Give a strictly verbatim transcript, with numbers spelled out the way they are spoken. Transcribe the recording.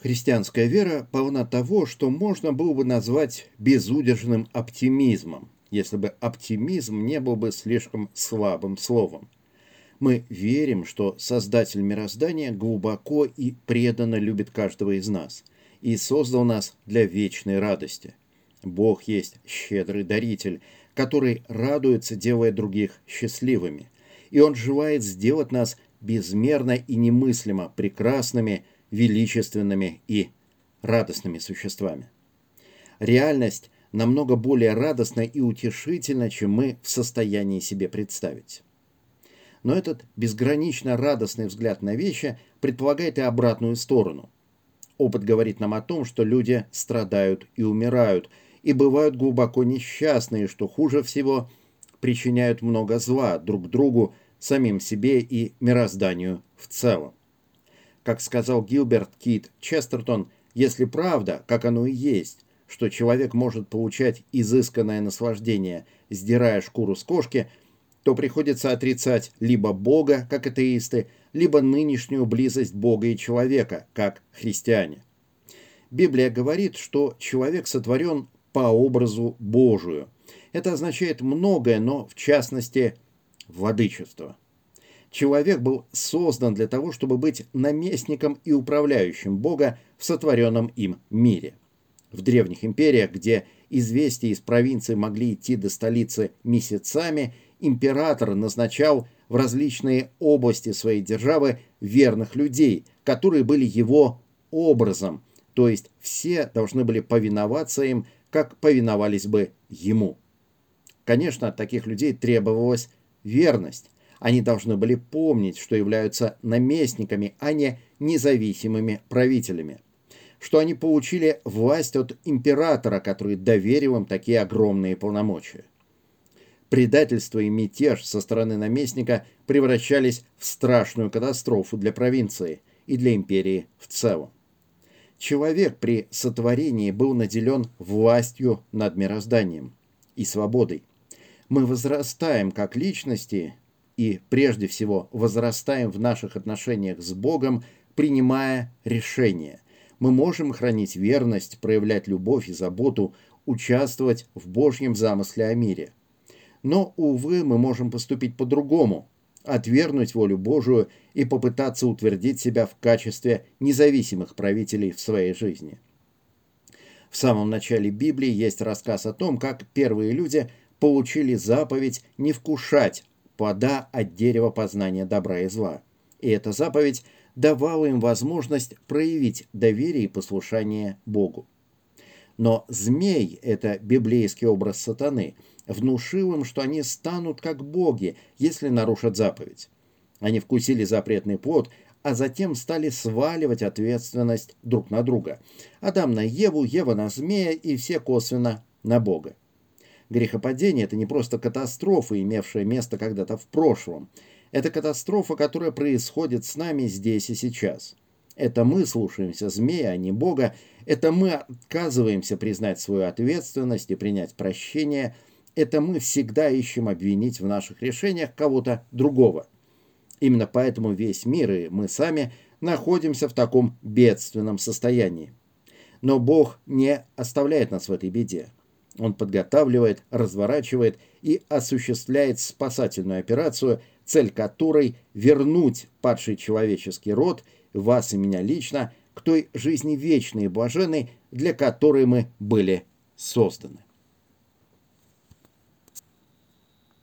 Христианская вера полна того, что можно было бы назвать безудержным оптимизмом, если бы оптимизм не был бы слишком слабым словом. Мы верим, что Создатель мироздания глубоко и преданно любит каждого из нас и создал нас для вечной радости. Бог есть щедрый даритель, который радуется, делая других счастливыми, и Он желает сделать нас безмерно и немыслимо прекрасными, величественными и радостными существами. Реальность намного более радостна и утешительна, чем мы в состоянии себе представить. Но этот безгранично радостный взгляд на вещи предполагает и обратную сторону. Опыт говорит нам о том, что люди страдают и умирают, и бывают глубоко несчастные, что хуже всего причиняют много зла друг другу, самим себе и мирозданию в целом. Как сказал Гилберт Кит Честертон, если правда, как оно и есть, что человек может получать изысканное наслаждение, сдирая шкуру с кошки, то приходится отрицать либо Бога, как атеисты, либо нынешнюю близость Бога и человека, как христиане. Библия говорит, что человек сотворен по образу Божию. Это означает многое, но в частности владычество. Человек был создан для того, чтобы быть наместником и управляющим Бога в сотворенном им мире. В древних империях, где известия из провинции могли идти до столицы месяцами, император назначал в различные области своей державы верных людей, которые были его образом, то есть все должны были повиноваться им, как повиновались бы ему. Конечно, от таких людей требовалась верность. Они должны были помнить, что являются наместниками, а не независимыми правителями. Что они получили власть от императора, который доверил им такие огромные полномочия. Предательство и мятеж со стороны наместника превращались в страшную катастрофу для провинции и для империи в целом. Человек при сотворении был наделен властью над мирозданием и свободой. Мы возрастаем как личности и, прежде всего, возрастаем в наших отношениях с Богом, принимая решения. Мы можем хранить верность, проявлять любовь и заботу, участвовать в Божьем замысле о мире. Но, увы, мы можем поступить по-другому, отвергнуть волю Божию и попытаться утвердить себя в качестве независимых правителей в своей жизни. В самом начале Библии есть рассказ о том, как первые люди получили заповедь не вкушать плода от дерева познания добра и зла. И эта заповедь давала им возможность проявить доверие и послушание Богу. Но змей, это библейский образ сатаны, внушил им, что они станут как боги, если нарушат заповедь. Они вкусили запретный плод, а затем стали сваливать ответственность друг на друга. Адам на Еву, Ева на змея и все косвенно на Бога. Грехопадение – это не просто катастрофа, имевшая место когда-то в прошлом. Это катастрофа, которая происходит с нами здесь и сейчас. Это мы слушаемся змея, а не Бога. Это мы отказываемся признать свою ответственность и принять прощение. Это мы всегда ищем обвинить в наших решениях кого-то другого. Именно поэтому весь мир и мы сами находимся в таком бедственном состоянии. Но Бог не оставляет нас в этой беде. Он подготавливает, разворачивает и осуществляет спасательную операцию, цель которой – вернуть падший человеческий род, вас и меня лично, к той жизни вечной и блаженной, для которой мы были созданы.